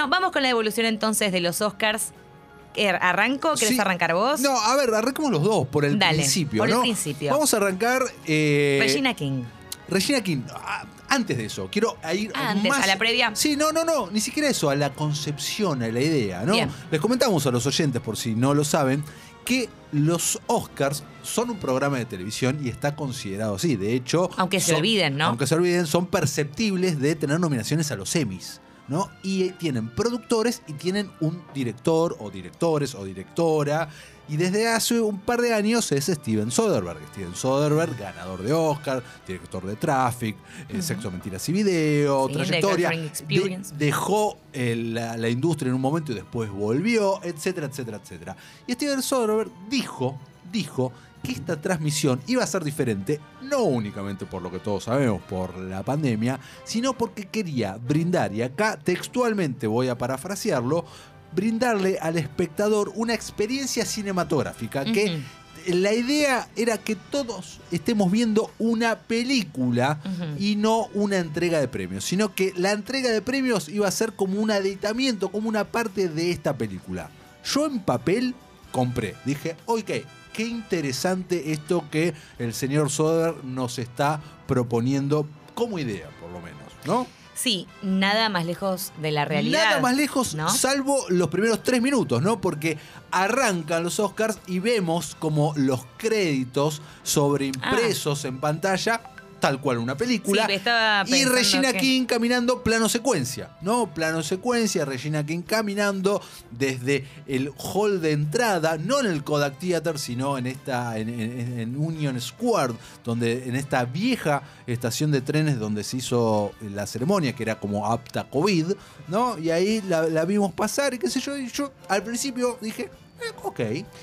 Bueno, vamos con la evolución entonces de los Oscars. ¿Arranco? ¿Querés arrancar vos? No, a ver, arranquemos los dos por el Dale, principio, por ¿no? el principio. Vamos a arrancar... Regina King. Regina King. Antes de eso, quiero ir antes, más... a la previa. Sí, no, ni siquiera eso, a la concepción, a la idea, ¿no? Bien. Les comentamos a los oyentes, por si no lo saben, que los Oscars son un programa de televisión y está considerado así. De hecho... Aunque se olviden, ¿no? Aunque se olviden, son perceptibles de tener nominaciones a los Emmys, ¿no? Y tienen productores y tienen un director o directores o directora. Y desde hace un par de años es Steven Soderbergh. Steven Soderbergh, ganador de Oscar, director de Traffic, Sexo, Mentiras y Video, Sí, trayectoria. The Girlfriend Experience. Dejó la industria en un momento y después volvió, etcétera, etcétera, etcétera. Y Steven Soderbergh dijo que esta transmisión iba a ser diferente, no únicamente por lo que todos sabemos, por la pandemia, sino porque quería brindar, y acá textualmente voy a parafrasearlo, brindarle al espectador una experiencia cinematográfica, que la idea era que todos estemos viendo una película y no una entrega de premios, sino que la entrega de premios iba a ser como un aditamento, como una parte de esta película. Yo en papel compré, dije, ok, qué interesante esto que el señor Soderbergh nos está proponiendo como idea, por lo menos, ¿no? Sí, nada más lejos de la realidad. Nada más lejos, ¿no? salvo los primeros 3 minutos, ¿no? Porque arrancan los Oscars y vemos como los créditos sobreimpresos en pantalla, tal cual una película. Sí, estaba y pensando Regina que... King caminando plano secuencia, ¿no? Plano secuencia, Regina King caminando desde el hall de entrada, no en el Kodak Theater, sino en Union Square, donde en esta vieja estación de trenes donde se hizo la ceremonia, que era como apta COVID, ¿no? Y ahí la vimos pasar y qué sé yo, y yo al principio dije, ok,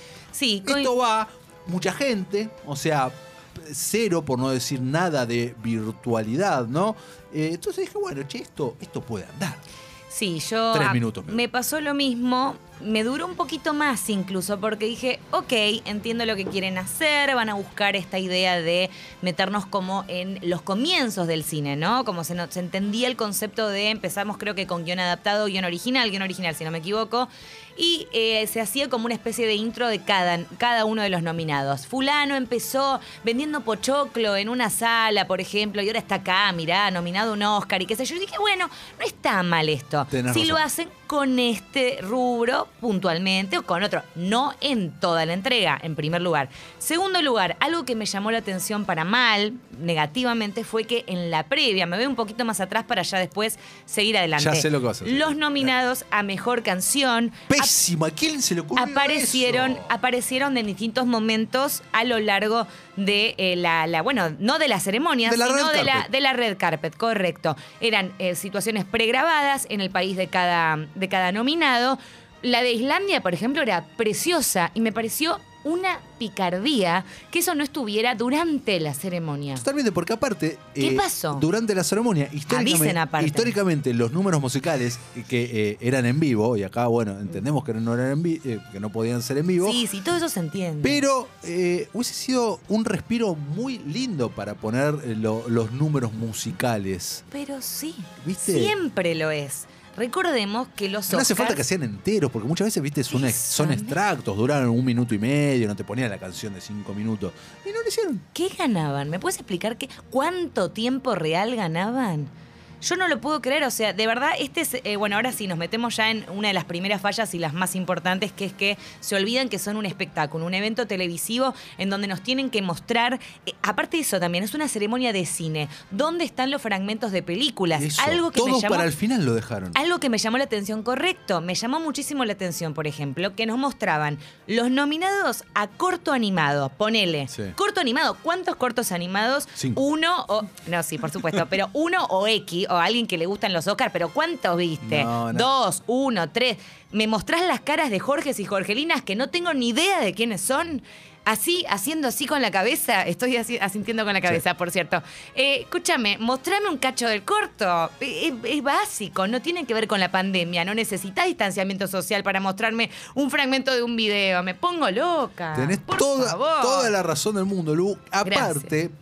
Sí, esto va, mucha gente, o sea, cero, por no decir nada de virtualidad, ¿no? Entonces dije, bueno, che, esto puede andar. Sí, yo... 3 minutos. Me pasó lo mismo, me duró un poquito más incluso, porque dije, ok, entiendo lo que quieren hacer, van a buscar esta idea de meternos como en los comienzos del cine, ¿no? Como se entendía el concepto de, empezamos creo que con guión adaptado, guión original si no me equivoco, y se hacía como una especie de intro de cada uno de los nominados. Fulano empezó vendiendo pochoclo en una sala, por ejemplo, y ahora está acá, mirá, nominado a un Oscar y qué sé yo. Y dije, bueno, no está mal esto. Tenés si razón. lo hacen con este rubro puntualmente o con otro, no en toda la entrega, en primer lugar. Segundo lugar, algo que me llamó la atención para mal, negativamente, fue que en la previa, me voy un poquito más atrás para ya después seguir adelante. Ya sé lo que vas a hacer. Los nominados a Mejor Canción Pésimo, ¿a quién se le ocurrió eso? aparecieron en distintos momentos a lo largo de bueno, no de la ceremonia, De la sino red carpet. de la red carpet, correcto. Eran situaciones pregrabadas en el país de cada nominado. La de Islandia, por ejemplo, era preciosa y me pareció una picardía que eso no estuviera durante la ceremonia. Totalmente, porque aparte... ¿Qué pasó? Durante la ceremonia, Avisen aparte. históricamente los números musicales que eran en vivo, y acá, bueno, entendemos que no eran que no podían ser en vivo, Sí, todo eso se entiende. pero hubiese sido un respiro muy lindo para poner los números musicales. Pero sí, ¿Viste? siempre lo es. Recordemos que los No hace Oscars... falta que sean enteros, porque muchas veces, viste, son Eso, extractos, duran 1 minuto y medio, no te ponían la canción de 5 minutos. Y no lo hicieron. ¿Qué ganaban? ¿Me puedes explicar cuánto tiempo real ganaban? Yo no lo puedo creer, o sea, de verdad, bueno, ahora sí, nos metemos ya en una de las primeras fallas y las más importantes, que es que se olvidan que son un espectáculo, un evento televisivo en donde nos tienen que mostrar, aparte de eso también, es una ceremonia de cine, ¿dónde están los fragmentos de películas? Eso, Algo que todo me llamó, para el final lo dejaron. algo que me llamó la atención, correcto, me llamó muchísimo la atención, por ejemplo, que nos mostraban los nominados a corto animado, ponele, Sí. corto animado, ¿cuántos cortos animados? 5. Uno o... No, sí, por supuesto, pero uno o X, o alguien que le gustan los Oscars, pero ¿cuántos viste? No. 2, 1, 3. ¿Me mostrás las caras de Jorges y Jorgelinas que no tengo ni idea de quiénes son? Así, haciendo así con la cabeza, estoy asintiendo con la cabeza, Sí. por cierto. Escúchame, mostrame un cacho del corto. Es básico, no tiene que ver con la pandemia. No necesitas distanciamiento social para mostrarme un fragmento de un video. Me pongo loca. Tenés por favor. toda la razón del mundo, Lu. Aparte,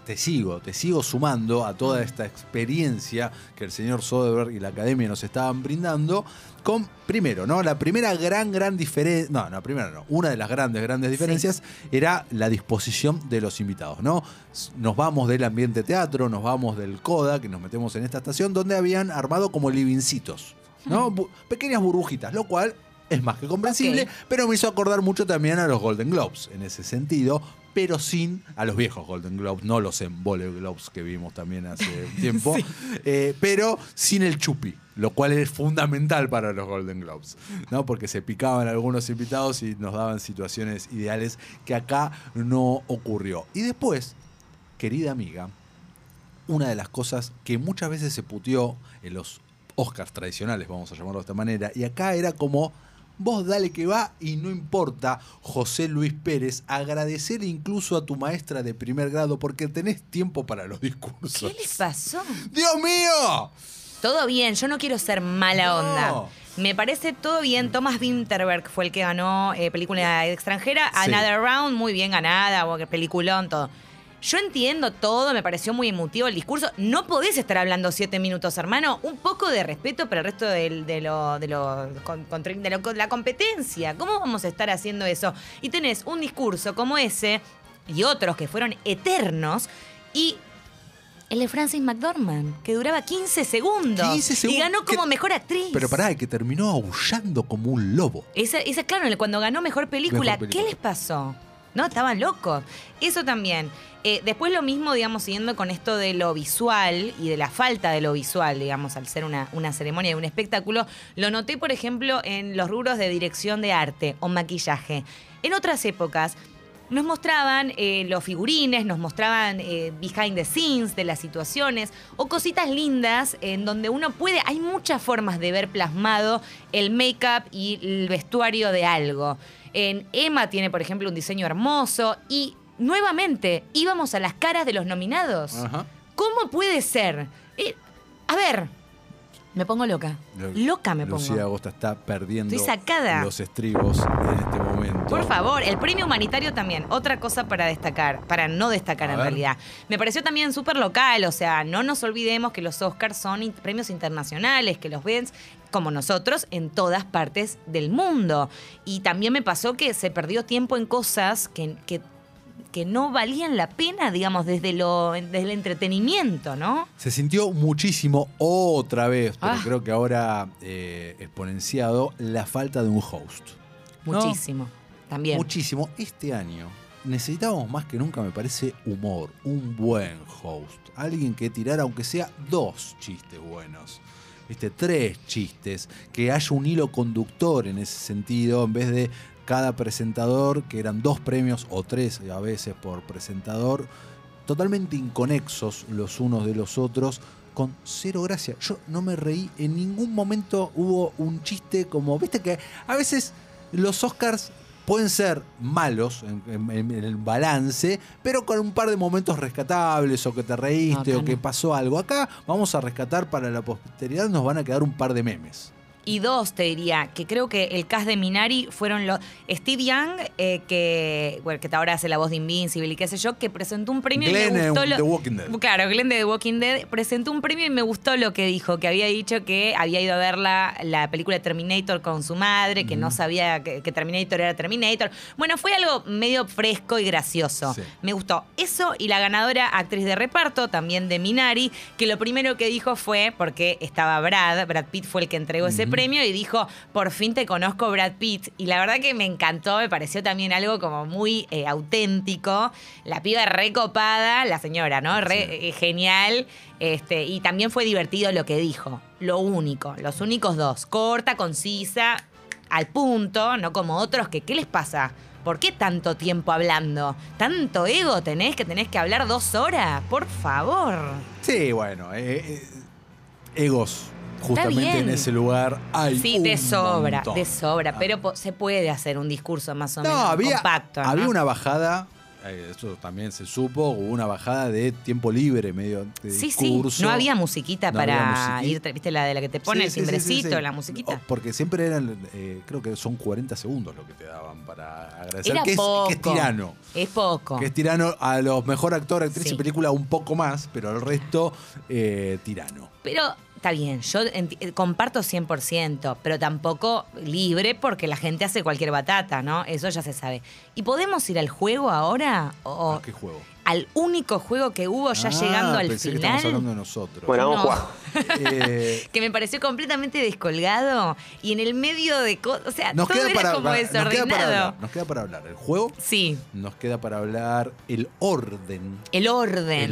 te sigo sumando a toda esta experiencia que el señor Soderbergh y la Academia nos estaban brindando con, primero, ¿no? La primera gran diferencia, una de las grandes diferencias era la disposición de los invitados, ¿no? Nos vamos del ambiente teatro, nos vamos del CODA, que nos metemos en esta estación, donde habían armado como livincitos, ¿no? Pequeñas burbujitas, lo cual es más que comprensible, pero me hizo acordar mucho también a los Golden Globes en ese sentido, pero sin a los viejos Golden Globes, no los Embole Globes que vimos también hace tiempo, pero sin el chupi, lo cual es fundamental para los Golden Globes, ¿no? Porque se picaban algunos invitados y nos daban situaciones ideales que acá no ocurrió. Y después, querida amiga, una de las cosas que muchas veces se puteó en los Oscars tradicionales, vamos a llamarlo de esta manera, y acá era como: vos dale que va y no importa, José Luis Pérez, agradecer incluso a tu maestra de primer grado porque tenés tiempo para los discursos. ¿Qué les pasó? ¡Dios mío! Todo bien, yo no quiero ser mala onda. Me parece todo bien. Thomas Vinterberg fue el que ganó película extranjera. Sí. Another Round, muy bien ganada, peliculón, todo. Yo entiendo todo, me pareció muy emotivo el discurso. No podés estar hablando 7 minutos, hermano. Un poco de respeto para el resto de la competencia. ¿Cómo vamos a estar haciendo eso? Y tenés un discurso como ese y otros que fueron eternos y el de Frances McDormand, que duraba 15 segundos. 15 segundos. Y ganó como mejor actriz. Pero pará, que terminó aullando como un lobo. Esa claro, cuando ganó mejor película. ¿Qué les pasó? No, estaban locos. Eso también. Después lo mismo, digamos, siguiendo con esto de lo visual y de la falta de lo visual, digamos, al ser una ceremonia y un espectáculo, lo noté, por ejemplo, en los rubros de dirección de arte o maquillaje. En otras épocas nos mostraban los figurines, nos mostraban behind the scenes de las situaciones o cositas lindas en donde uno puede... Hay muchas formas de ver plasmado el make-up y el vestuario de algo. En Emma tiene, por ejemplo, un diseño hermoso y nuevamente íbamos a las caras de los nominados. Ajá. ¿Cómo puede ser? A ver, me pongo loca. Loca me pongo. Lucía Agosta está perdiendo Estoy sacada. Los estribos en este momento. Por favor, el premio humanitario también. Otra cosa para destacar, para no destacar en realidad. Me pareció también súper local, o sea, no nos olvidemos que los Oscars son premios internacionales, que los ven como nosotros en todas partes del mundo. Y también me pasó que se perdió tiempo en cosas que no valían la pena, digamos, desde el entretenimiento, ¿no? Se sintió muchísimo otra vez, pero creo que ahora exponenciado, la falta de un host. Muchísimo, ¿no? También. Muchísimo. Este año necesitábamos más que nunca, me parece, humor, un buen host. Alguien que tirara, aunque sea 2 chistes buenos. 3 chistes, que haya un hilo conductor en ese sentido, en vez de cada presentador, que eran 2 premios o 3 a veces por presentador, totalmente inconexos los unos de los otros, con cero gracia. Yo no me reí, en ningún momento hubo un chiste como, viste que a veces los Oscars pueden ser malos en el balance, pero con un par de momentos rescatables, o que te reíste, o que pasó algo. Acá vamos a rescatar para la posteridad, nos van a quedar un par de memes. Y 2, te diría, que creo que el cast de Minari fueron los... Steve Young, que ahora hace la voz de Invincible y qué sé yo, que presentó un premio Glenn y me gustó... The Walking Dead. Claro, Glenn de The Walking Dead presentó un premio y me gustó lo que dijo, que había dicho que había ido a ver la película Terminator con su madre, que no sabía que Terminator era Terminator. Bueno, fue algo medio fresco y gracioso. Sí. Me gustó eso, y la ganadora actriz de reparto, también de Minari, que lo primero que dijo fue, porque estaba Brad Pitt fue el que entregó ese premio, y dijo: por fin te conozco, Brad Pitt. Y la verdad que me encantó, me pareció también algo como muy auténtico. La piba recopada, la señora, ¿no? Genial. Y también fue divertido lo que dijo. Los únicos 2. Corta, concisa, al punto, no como otros que, ¿qué les pasa? ¿Por qué tanto tiempo hablando? ¿Tanto ego tenés que hablar 2 horas? Por favor. Sí, bueno, egos. Justamente en ese lugar hay sí, de sobra, pero se puede hacer un discurso más o menos compacto, ¿no? Había una bajada eso también se supo, hubo una bajada de tiempo libre, medio de discurso. No había musiquita para ir, ¿viste la de la que te pone el timbrecito, la musiquita? Porque siempre eran, creo que son 40 segundos lo que te daban para agradecer. Era poco. Que es tirano. Es poco. Que es tirano a los mejor actor, actriz y película un poco más, pero el resto, tirano. Pero está bien, yo comparto 100%, pero tampoco libre porque la gente hace cualquier batata, ¿no? Eso ya se sabe. ¿Y podemos ir al juego ahora? ¿A qué juego? Al único juego que hubo ya llegando al pensé final. Que estamos hablando de nosotros. Bueno, vamos a jugar. Que me pareció completamente descolgado y en el medio de cosas. O sea, todo era como desordenado. Nos queda para hablar el juego. Sí. Nos queda para hablar el orden. El orden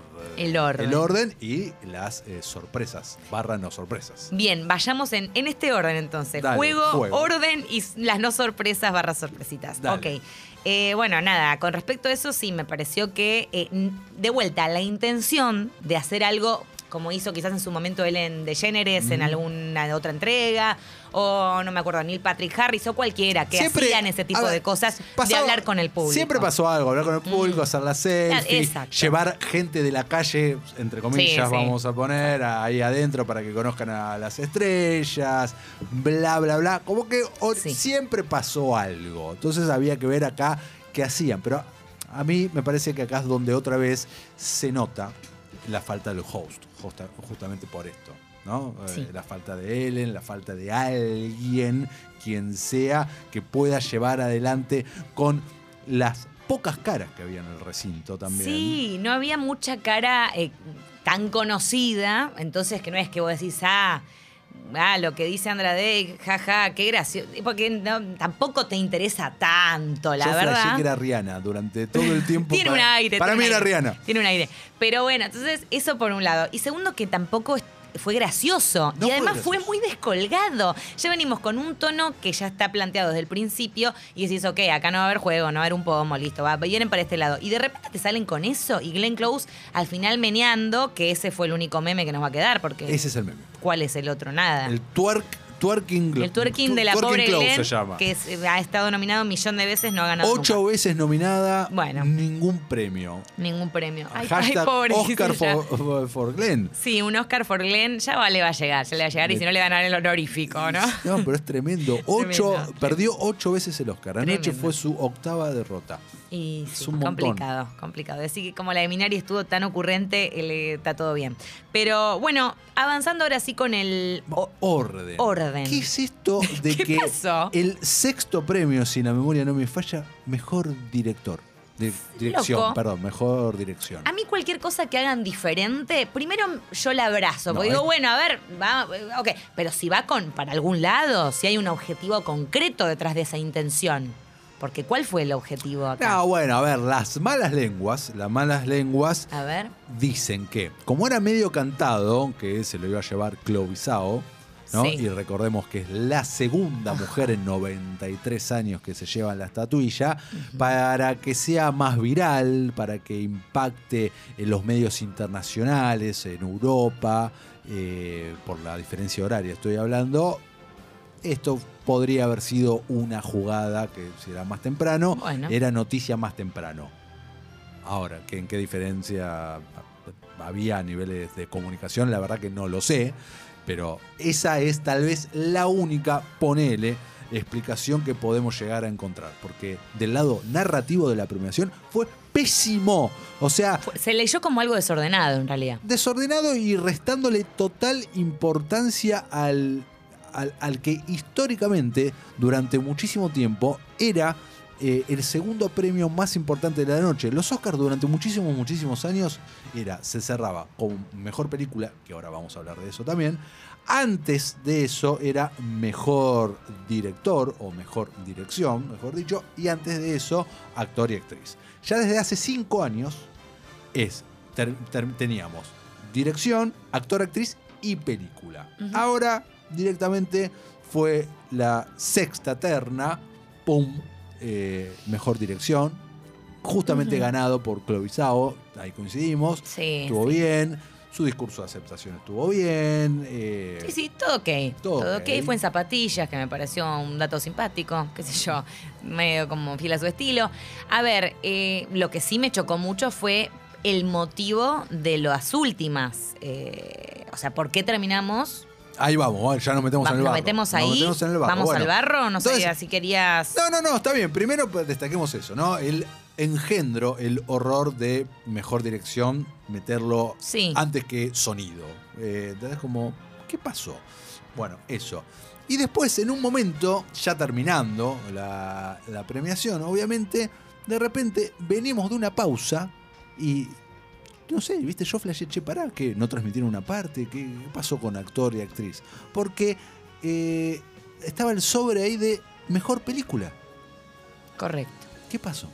y las sorpresas, / no sorpresas. Bien, vayamos en este orden entonces. Dale, juego, orden y las no sorpresas / sorpresitas. Dale. Ok. Bueno, nada, con respecto a eso sí, me pareció que, de vuelta, la intención de hacer algo como hizo quizás en su momento Ellen DeGeneres en alguna otra entrega, o no me acuerdo, Neil Patrick Harris o cualquiera que hacían ese tipo de cosas, de hablar con el público. Siempre pasó algo, hablar con el público, hacer la selfie, llevar gente de la calle, entre comillas, vamos a poner ahí adentro para que conozcan a las estrellas, bla, bla, bla. Como que siempre pasó algo. Entonces había que ver acá qué hacían. Pero a mí me parece que acá es donde otra vez se nota la falta del host, justamente por esto, ¿no? Sí. La falta de Ellen, la falta de alguien, quien sea, que pueda llevar adelante con las pocas caras que había en el recinto también. Sí, no había mucha cara tan conocida, entonces que no es que vos decís, lo que dice Andra Day, jaja, qué gracioso. Porque tampoco te interesa tanto, la verdad. Yo flashé que era Rihanna durante todo el tiempo. Tiene un aire. Para mí era Rihanna. Tiene un aire. Pero bueno, entonces eso por un lado. Y segundo, que tampoco fue gracioso. Y además fue muy descolgado. Ya venimos con un tono que ya está planteado desde el principio y decís, ok, acá no va a haber juego, no va a haber un pomo, listo, vienen para este lado. Y de repente te salen con eso y Glenn Close al final meneando, que ese fue el único meme que nos va a quedar. Porque ese es el meme. ¿Cuál es el otro? Nada. El twerking de la pobre Glenn, se llama. que ha estado nominado 1.000.000 de veces, no ha ganado 8 nunca. veces nominada, bueno, ningún premio. Ningún premio. Hashtag pobre Oscar for Glenn. Sí, un Oscar for Glenn ya le va a llegar, y si no le van a dar el honorífico, ¿no? No, pero es tremendo. Perdió 8 veces el Oscar. Anoche fue su 8ª derrota. Y es sí, un complicado. Decir que como la de Minari estuvo tan ocurrente, está todo bien. Pero bueno, avanzando ahora sí con el orden. ¿Qué es esto de que pasó? El 6º premio, si la memoria no me falla, mejor director? Mejor dirección. A mí cualquier cosa que hagan diferente, primero yo la abrazo, porque digo, bueno, a ver, ok, pero si va para algún lado, si hay un objetivo concreto detrás de esa intención. Porque ¿cuál fue el objetivo acá? No, bueno, a ver, las malas lenguas a ver. Dicen que, como era medio cantado, que se lo iba a llevar Chloe Zhao, ¿no? Sí. Y recordemos que es la segunda mujer en 93 años que se lleva la estatuilla, para que sea más viral, para que impacte en los medios internacionales, en Europa, por la diferencia horaria estoy hablando. Esto podría haber sido una jugada que si era más temprano, era noticia más temprano. Ahora, ¿en qué diferencia había a niveles de comunicación? La verdad que no lo sé, pero esa es tal vez la única, explicación que podemos llegar a encontrar. Porque del lado narrativo de la premiación fue pésimo. O sea, se leyó como algo desordenado en realidad. Desordenado y restándole total importancia al que históricamente, durante muchísimo tiempo, era el segundo premio más importante de la noche. Los Oscars durante muchísimos años se cerraba con mejor película, que ahora vamos a hablar de eso también. Antes de eso era mejor director o mejor dirección, mejor dicho, y antes de eso actor y actriz. Ya desde hace 5 años teníamos dirección, actor, actriz y película. Ahora directamente fue la 6ª terna, mejor dirección, justamente ganado por Chloe Zhao, ahí coincidimos, estuvo bien. Su discurso de aceptación estuvo bien. Sí, todo ok. Todo Ok. ok. Fue en zapatillas, que me pareció un dato simpático, qué sé yo, medio como fiel a su estilo. A ver, lo que sí me chocó mucho fue el motivo de las últimas. O sea, ¿por qué terminamos? Ahí vamos, ya nos metemos en el barro. ¿Nos metemos ahí? Nos metemos en el barro. ¿Vamos Bueno, al barro? No entonces- sé si querías... No, está bien. Primero pues, destaquemos eso, ¿no? El engendro, el horror de mejor dirección, meterlo Sí. antes que sonido. Entonces, como, ¿qué pasó? Bueno, eso. Y después, en un momento, ya terminando la premiación, obviamente, de repente venimos de una pausa y, no sé, viste, yo flashé, che, pará, que no transmitieron una parte, ¿qué pasó con actor y actriz? Porque estaba el sobre ahí de mejor película. Correcto. ¿Qué pasó?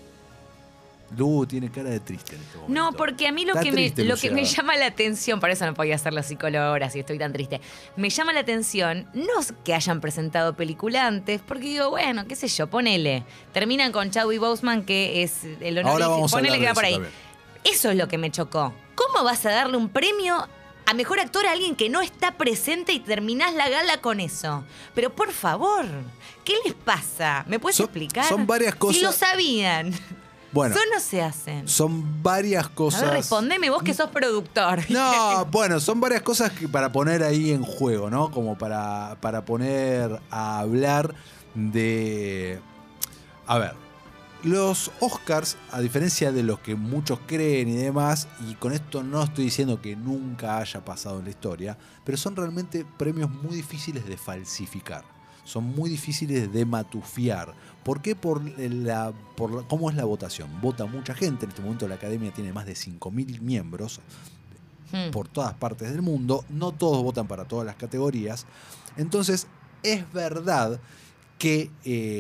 Lu tiene cara de triste en este momento. No, porque a mí lo Está que triste, me Lucía. llama la atención, por eso no podía ser la psicóloga ahora si estoy tan triste. Me llama la atención no es que hayan presentado película antes, porque digo, bueno, qué sé yo, ponele. Terminan con Chadwick Boseman, que es el honor. Ahora vamos a Ponele hablar que de va por ahí. eso también. Eso es lo que me chocó. ¿Cómo vas a darle un premio a mejor actor a alguien que no está presente y terminás la gala con eso? Pero por favor, ¿qué les pasa? ¿Me puedes explicar? son varias cosas. Si lo sabían. Bueno, Eso no se hacen. son varias cosas. A ver, respondeme vos que sos productor. No, bueno, son varias cosas que para poner ahí en juego, ¿no? Como para poner a hablar de... A ver, los Oscars, a diferencia de los que muchos creen y demás, y con esto no estoy diciendo que nunca haya pasado en la historia, pero son realmente premios muy difíciles de falsificar. Son muy difíciles de matufiar. ¿Por qué? Por cómo es la votación. Vota mucha gente. En este momento la academia tiene más de 5.000 miembros por todas partes del mundo. No todos votan para todas las categorías. Entonces, es verdad que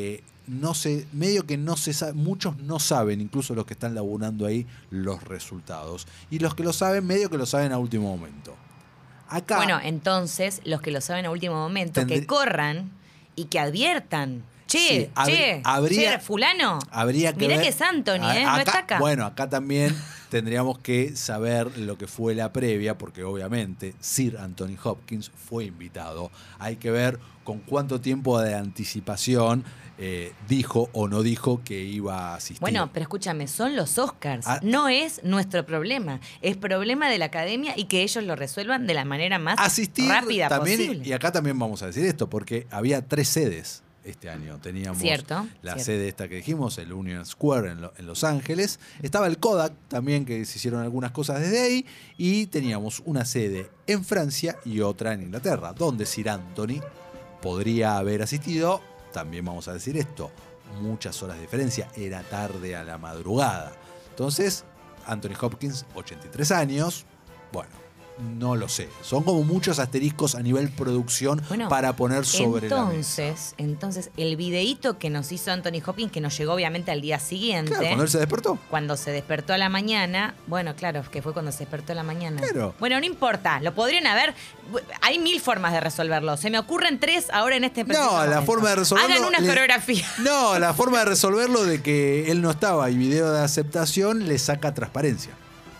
medio que no se sabe, muchos no saben, incluso los que están laburando ahí, los resultados. Y los que lo saben, medio que lo saben a último momento. Acá, Bueno, entonces, los que lo saben a último momento, que corran y que adviertan. Che, Sí, habría- fulano. habría que Mirá ver- que es Anthony, A- no está acá. Bueno, acá también tendríamos que saber lo que fue la previa, porque obviamente Sir Anthony Hopkins fue invitado. Hay que ver con cuánto tiempo de anticipación dijo o no dijo que iba a asistir. Bueno, pero escúchame, son los Oscars. Ah. No es nuestro problema. Es problema de la academia y que ellos lo resuelvan de la manera más asistir rápida también, posible. y acá también vamos a decir esto, porque había 3 sedes este año. Teníamos Cierto, la cierto. sede esta que dijimos, el Union Square en Los Ángeles. Estaba el Kodak también, que se hicieron algunas cosas desde ahí. Y teníamos una sede en Francia y otra en Inglaterra, donde Sir Anthony podría haber asistido. También vamos a decir esto, muchas horas de diferencia, era tarde a la madrugada. Entonces, Anthony Hopkins, 83 años, bueno, no lo sé. Son como muchos asteriscos a nivel producción Bueno, para poner sobre la mesa. Entonces, el videíto que nos hizo Anthony Hopkins, que nos llegó obviamente al día siguiente, Claro, cuando él se despertó. cuando se despertó a la mañana, bueno, claro, que fue cuando se despertó a la mañana. Claro. Bueno, no importa, lo podrían haber, hay 1000 formas de resolverlo. Se me ocurren 3 ahora en este preciso No, la momento. forma de resolverlo... Hagan una coreografía. No, la forma de resolverlo de que él no estaba y video de aceptación le saca transparencia.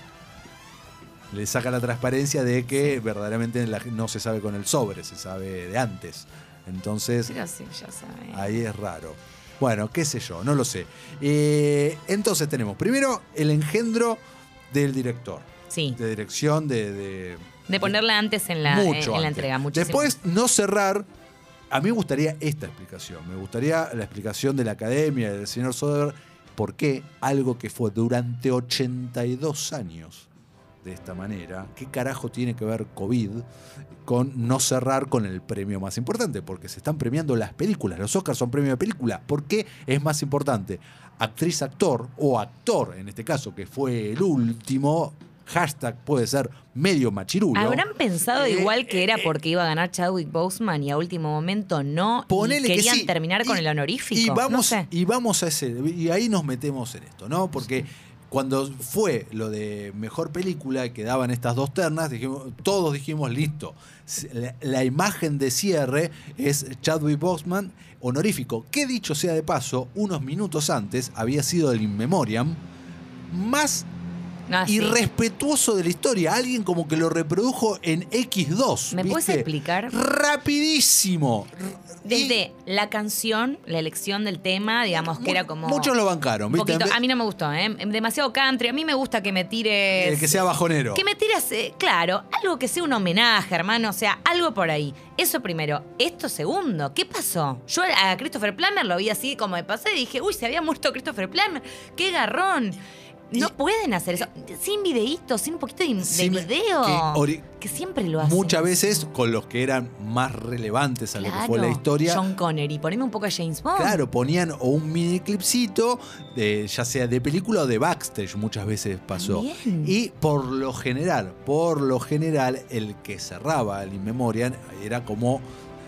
Le saca la transparencia de que verdaderamente no se sabe con el sobre, se sabe de antes. Entonces, Pero sí, ya saben. ahí es raro. Bueno, qué sé yo, no lo sé. Entonces tenemos primero el engendro del director. Sí, De dirección, de ponerla antes en la, mucho en la antes. entrega. Muchísimo. Después, no cerrar. A mí me gustaría esta explicación. Me gustaría la explicación de la academia, del señor Soderbergh, por qué algo que fue durante 82 años de esta manera, ¿qué carajo tiene que ver COVID con no cerrar con el premio más importante? Porque se están premiando las películas. Los Oscars son premio de película. ¿Por qué es más importante? Actriz-actor o actor, en este caso, que fue el último. Hashtag puede ser medio machirulo. ¿Habrán pensado igual que era porque iba a ganar Chadwick Boseman y a último momento no? Ponele y que querían sí. terminar con el honorífico. Y vamos, no sé. y vamos a ese. Y ahí nos metemos en esto, ¿no? Porque cuando fue lo de mejor película que daban estas 2 ternas, todos dijimos, listo. La imagen de cierre es Chadwick Boseman honorífico, que dicho sea de paso, unos minutos antes había sido el In Memoriam, más sí. irrespetuoso de la historia. Alguien como que lo reprodujo en X2. ¿Me puedes explicar? Rapidísimo. Desde la canción, la elección del tema, digamos que era como... Muchos lo bancaron, ¿viste? Poquito, a mí no me gustó, ¿eh? Demasiado country. A mí me gusta que me tires... Que sea bajonero. Que me tires, claro, algo que sea un homenaje, hermano. O sea, algo por ahí. Eso primero. Esto segundo. ¿Qué pasó? Yo a Christopher Plummer lo vi así como de pasé y dije, uy, se había muerto Christopher Plummer. ¡Qué garrón! No pueden hacer eso. Sin videitos, sin un poquito de video. Que siempre lo hacen. Muchas veces con los que eran más relevantes a lo que fue la historia. John Connery, poneme un poco a James Bond. Claro, ponían o un mini clipcito, ya sea de película o de backstage, muchas veces pasó. También. Y por lo general, el que cerraba el In Memoriam era como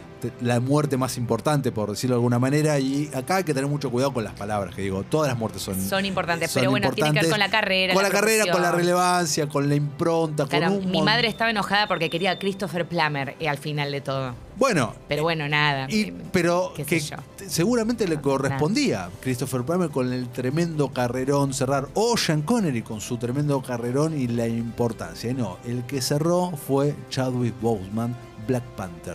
la muerte más importante, por decirlo de alguna manera, y acá hay que tener mucho cuidado con las palabras que digo. Todas las muertes son importantes, pero bueno, tiene que ver con la carrera. Con la carrera, con la relevancia, con la impronta. Claro, con mi madre estaba enojada porque quería a Christopher Plummer al final de todo. Bueno. Pero bueno, nada. Pero que seguramente le correspondía a Christopher Plummer con el tremendo carrerón cerrar. O Sean Connery con su tremendo carrerón y la importancia. No, el que cerró fue Chadwick Boseman, Black Panther.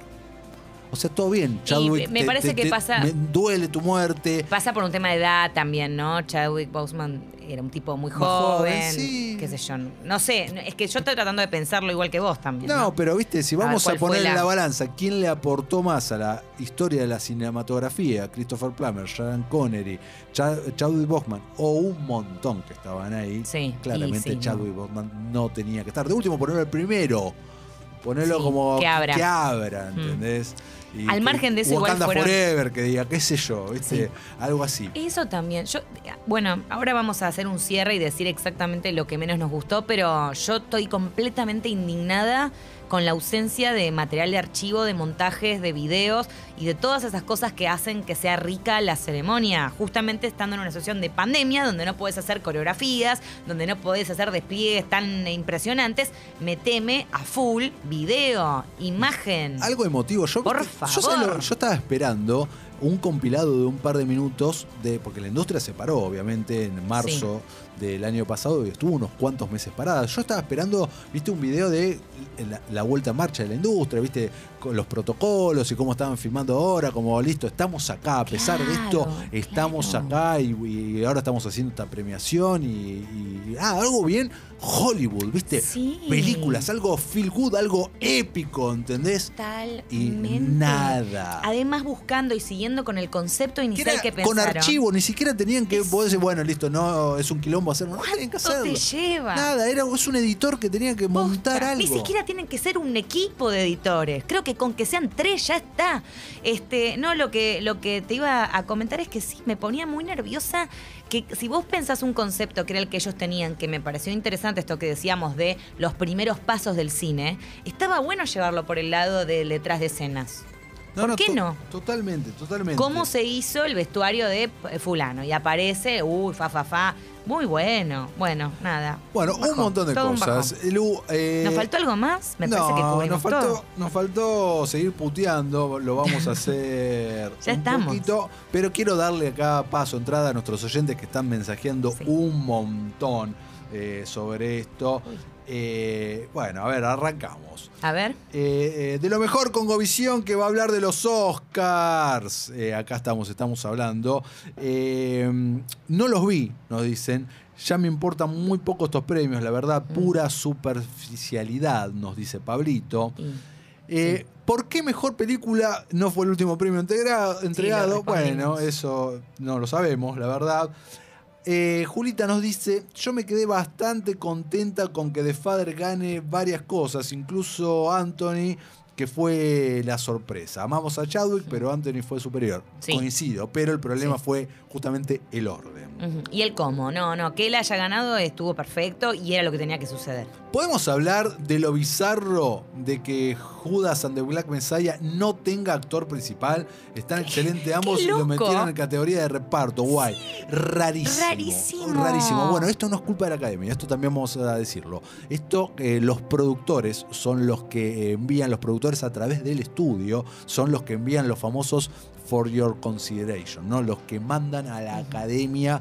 O sea, todo bien, Chadwick. Me parece que pasa. Me duele tu muerte. Pasa por un tema de edad también, ¿no? Chadwick Boseman era un tipo muy joven. Sí. Qué sé yo. No sé, es que yo estoy tratando de pensarlo igual que vos también. No, pero viste, si vamos a poner en la balanza quién le aportó más a la historia de la cinematografía, Christopher Plummer, Sean Connery, Chadwick Boseman o un montón que estaban ahí, claramente Chadwick Boseman no tenía que estar. De último, ponerlo el primero. Ponerlo como que abra, ¿entendés? Y al margen de eso igual fueron... Forever, que diga, qué sé yo, ¿viste? Algo así. Eso también. Bueno, ahora vamos a hacer un cierre y decir exactamente lo que menos nos gustó, pero yo estoy completamente indignada con la ausencia de material de archivo, de montajes, de videos y de todas esas cosas que hacen que sea rica la ceremonia. Justamente estando en una situación de pandemia donde no podés hacer coreografías, donde no podés hacer despliegues tan impresionantes, meteme a full video, imagen. Algo emotivo. Por favor. Yo estaba esperando un compilado de un par de minutos porque la industria se paró, obviamente, en marzo del año pasado y estuvo unos cuantos meses parada. Yo estaba esperando, viste, un video de la vuelta en marcha de la industria, viste, con los protocolos y cómo estaban filmando ahora, como listo, estamos acá, a pesar de esto, estamos acá y ahora estamos haciendo esta premiación y algo bien Hollywood, viste, películas, algo feel good, algo épico, ¿entendés? Totalmente. Y nada. Además buscando y siguiendo con el concepto inicial que pensaron. Con archivo, ni siquiera tenían que poder decir, bueno, listo, no es un quilombo hacerlo, no tienen que hacerlo. ¿Cuánto te lleva? Nada, es un editor que tenía que montar algo. Ni siquiera tienen que ser un equipo de editores. Creo que con que sean 3 ya está. No, lo que te iba a comentar es que sí, me ponía muy nerviosa que si vos pensás un concepto que era el que ellos tenían, que me pareció interesante esto que decíamos de los primeros pasos del cine, estaba bueno llevarlo por el lado de detrás de escenas. ¿Por qué no? Totalmente. ¿Cómo se hizo el vestuario de fulano? Y aparece, muy bueno. Bueno, nada. Bueno, un montón de cosas. ¿Nos faltó algo más? Me parece que cubrimos todo. Nos faltó seguir puteando, lo vamos a hacer ya estamos. Poquito, pero quiero darle acá entrada a nuestros oyentes que están mensajeando un montón sobre esto. Bueno, a ver, arrancamos. A ver. De lo mejor con Govisión, que va a hablar de los Oscars. Acá estamos hablando. No los vi, nos dicen. Ya me importan muy poco estos premios, la verdad, pura superficialidad, nos dice Pablito. ¿Por qué mejor película no fue el último premio entregado? Bueno, eso no lo sabemos, la verdad. Julita nos dice, yo me quedé bastante contenta con que The Father gane varias cosas, incluso Anthony, que fue la sorpresa. Amamos a Chadwick, pero Anthony fue superior. Coincido, pero el problema fue justamente el orden. Y el cómo, que él haya ganado estuvo perfecto y era lo que tenía que suceder. ¿Podemos hablar de lo bizarro de que Judas and the Black Messiah no tenga actor principal? Están excelentes ambos y lo metieron en categoría de reparto. Guay. Rarísimo. Bueno, esto no es culpa de la academia, esto también vamos a decirlo. Esto, los productores son los que envían, los productores a través del estudio, son los que envían los famosos for your consideration, ¿no? Los que mandan a la academia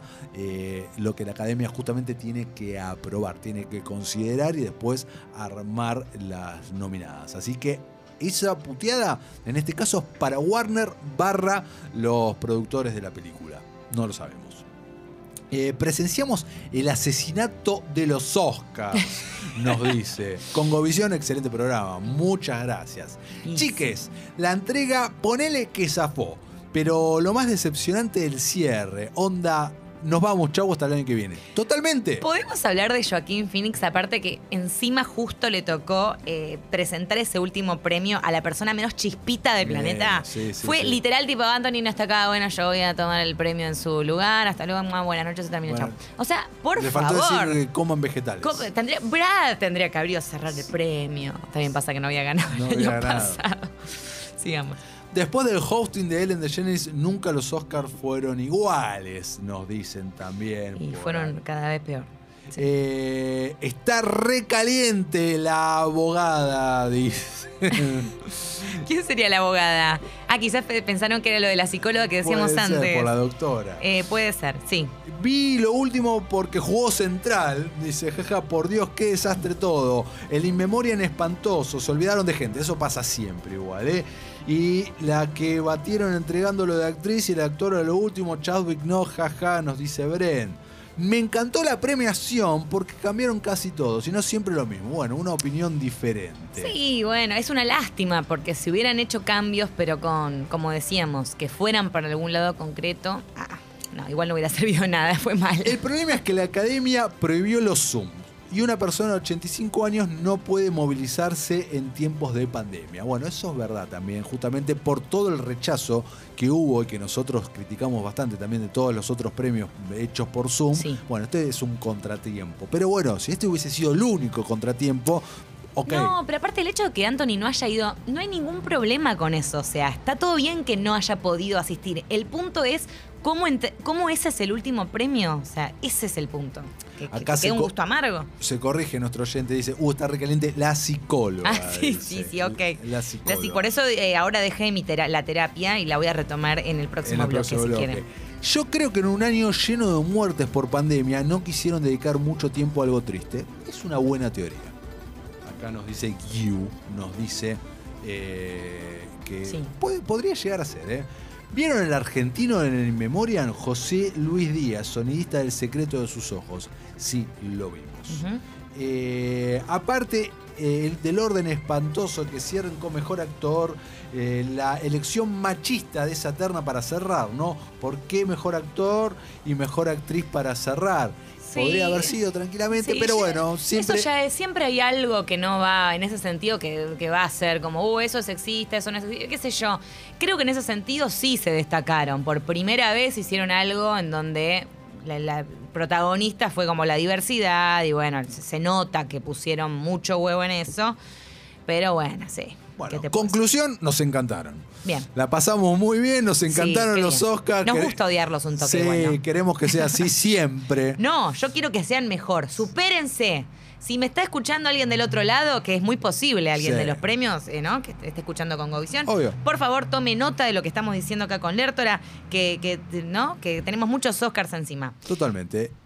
lo que la academia justamente tiene que aprobar, tiene que considerar y después armar las nominadas. Así que esa puteada, en este caso, es para Warner / los productores de la película. No lo sabemos. Presenciamos el asesinato de los Oscars, nos dice. Congovisión, excelente programa. Muchas gracias. Sí. Chiques, la entrega, ponele que zafó. Pero lo más decepcionante del cierre, onda, nos vamos, chau, hasta el año que viene. Totalmente. Podemos hablar de Joaquín Phoenix, aparte que encima justo le tocó presentar ese último premio a la persona menos chispita del planeta. Sí, Fue sí. literal tipo, Anthony no está acá, bueno, yo voy a tomar el premio en su lugar, hasta luego, buenas noches, se termina, Bueno, chao. O sea, por Le favor. faltó decir que coman vegetales. Brad tendría que abrir o cerrar el premio. También pasa que no había ganado No el año había ganado. pasado. Sigamos. Después del hosting de Ellen DeGeneres, nunca los Oscars fueron iguales, nos dicen también. Y por fueron ahí. cada vez peor. Sí. Está recaliente la abogada, dice. ¿Quién sería la abogada? Ah, quizás pensaron que era lo de la psicóloga que decíamos Puede ser antes. por la doctora. Puede ser, sí. Vi lo último porque jugó Central. Dice, jaja, por Dios, qué desastre todo. El In Memoriam espantoso. Se olvidaron de gente. Eso pasa siempre igual, ¿eh? Y la que batieron entregándolo de actriz y el actor a lo último, Chadwick no, jaja, nos dice Bren. Me encantó la premiación porque cambiaron casi todo, si no siempre lo mismo. Bueno, una opinión diferente. Sí, bueno, es una lástima porque si hubieran hecho cambios, pero con, como decíamos, que fueran para algún lado concreto, no, igual no hubiera servido nada, fue mal. El problema es que la academia prohibió los Zoom y una persona de 85 años no puede movilizarse en tiempos de pandemia. Bueno, eso es verdad también, justamente por todo el rechazo que hubo y que nosotros criticamos bastante también de todos los otros premios hechos por Zoom. Sí. Bueno, este es un contratiempo. Pero bueno, si este hubiese sido el único contratiempo, ok. No, pero aparte el hecho de que Anthony no haya ido, no hay ningún problema con eso. O sea, está todo bien que no haya podido asistir. El punto es cómo ese es el último premio. O sea, ese es el punto. Acá Que un gusto amargo. Se corrige nuestro oyente, dice, está recaliente la psicóloga. Sí, dice. sí, ok. La psicóloga. Por eso ahora dejé la terapia y la voy a retomar en el próximo bloque, si quieren. Yo creo que en un año lleno de muertes por pandemia no quisieron dedicar mucho tiempo a algo triste. Es una buena teoría. Acá nos dice Yu, nos dice que Sí. podría llegar a ser, ¿eh? ¿Vieron el argentino en el In Memoriam? José Luis Díaz, sonidista del Secreto de sus ojos. Sí, lo vimos. Aparte del orden espantoso que cierren con mejor actor, la elección machista de esa terna para cerrar, ¿no? ¿Por qué mejor actor y mejor actriz para cerrar? Sí. Podría haber sido tranquilamente, Sí, pero bueno, siempre... Eso ya es, siempre hay algo que no va en ese sentido que va a ser como, eso es sexista, eso no es sexista, qué sé yo. Creo que en ese sentido sí se destacaron. Por primera vez hicieron algo en donde la protagonista fue como la diversidad y bueno, se nota que pusieron mucho huevo en eso. Pero bueno, sí. Bueno, ¿Qué te puedo conclusión, nos encantaron. Bien. La pasamos muy bien, nos encantaron qué los bien. Oscars. Nos gusta odiarlos un toque Sí, igual, ¿no? queremos que sea así siempre. No, yo quiero que sean mejor. Supérense. Si me está escuchando alguien del otro lado, que es muy posible alguien Sí. de los premios, ¿no? Que esté escuchando Congovisión. Obvio. Por favor, tome nota de lo que estamos diciendo acá con Lertora, ¿no? Que tenemos muchos Oscars encima. Totalmente.